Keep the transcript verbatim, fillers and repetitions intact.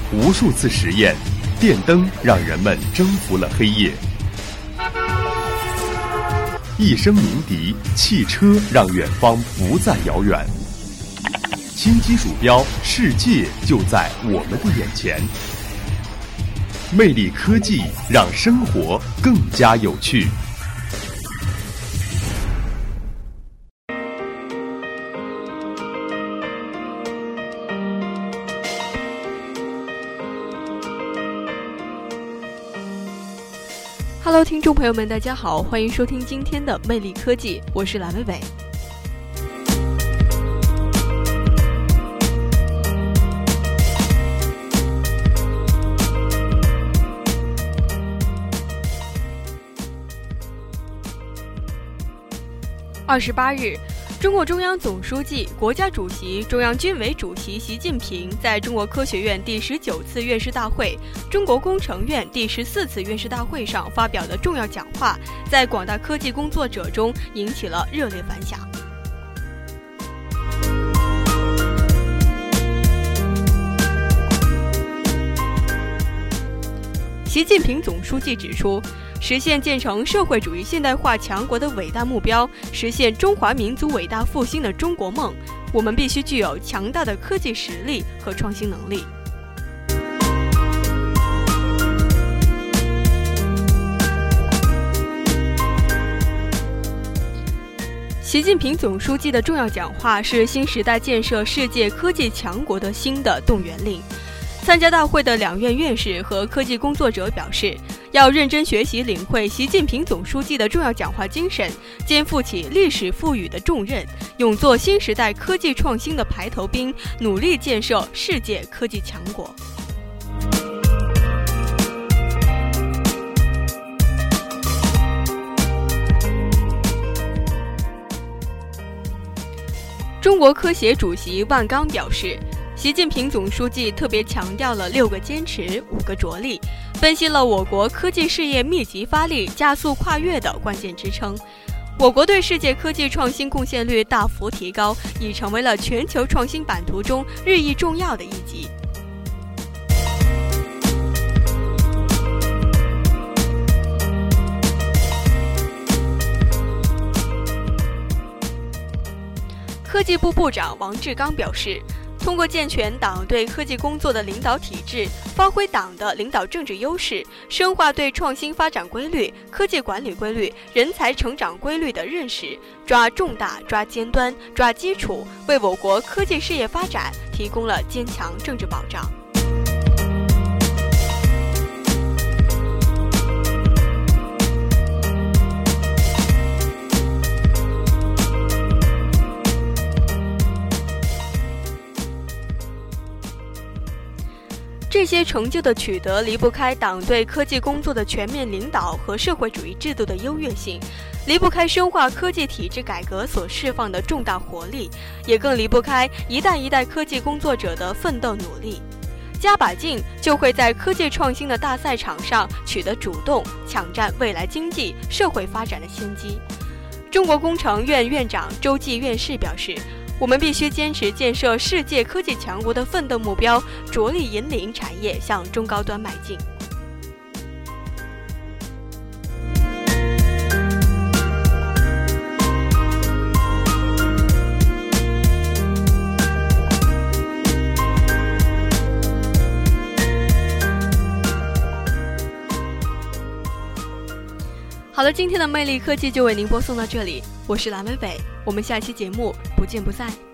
无数次实验，电灯让人们征服了黑夜。一声鸣笛，汽车让远方不再遥远。轻击鼠标，世界就在我们的眼前。魅力科技让生活更加有趣。 Hello， 听众朋友们，大家好，欢迎收听今天的魅力科技，我是蓝伟伟。二十八日，中国中央总书记、国家主席、中央军委主席习近平在中国科学院第十九次院士大会、中国工程院第十四次院士大会上发表的重要讲话，在广大科技工作者中引起了热烈反响。习近平总书记指出，实现建成社会主义现代化强国的伟大目标，实现中华民族伟大复兴的中国梦，我们必须具有强大的科技实力和创新能力。习近平总书记的重要讲话是新时代建设世界科技强国的新的动员令。参加大会的两院院士和科技工作者表示，要认真学习领会习近平总书记的重要讲话精神，肩负起历史赋予的重任，勇做新时代科技创新的排头兵，努力建设世界科技强国。中国科协主席万钢表示，习近平总书记特别强调了六个坚持、五个着力，分析了我国科技事业密集发力、加速跨越的关键支撑。我国对世界科技创新贡献率大幅提高，已成为了全球创新版图中日益重要的一极。科技部部长王志刚表示，通过健全党对科技工作的领导体制，发挥党的领导政治优势，深化对创新发展规律、科技管理规律、人才成长规律的认识，抓重大、抓尖端、抓基础，为我国科技事业发展提供了坚强政治保障。这些成就的取得离不开党对科技工作的全面领导和社会主义制度的优越性，离不开深化科技体制改革所释放的重大活力，也更离不开一代一代科技工作者的奋斗努力。加把劲，就会在科技创新的大赛场上取得主动，抢占未来经济社会发展的先机。中国工程院院长周继院士表示，我们必须坚持建设世界科技强国的奋斗目标，着力引领产业向中高端迈进。好了，今天的魅力科技就为您播送到这里，我是蓝伟伟，我们下期节目不见不散。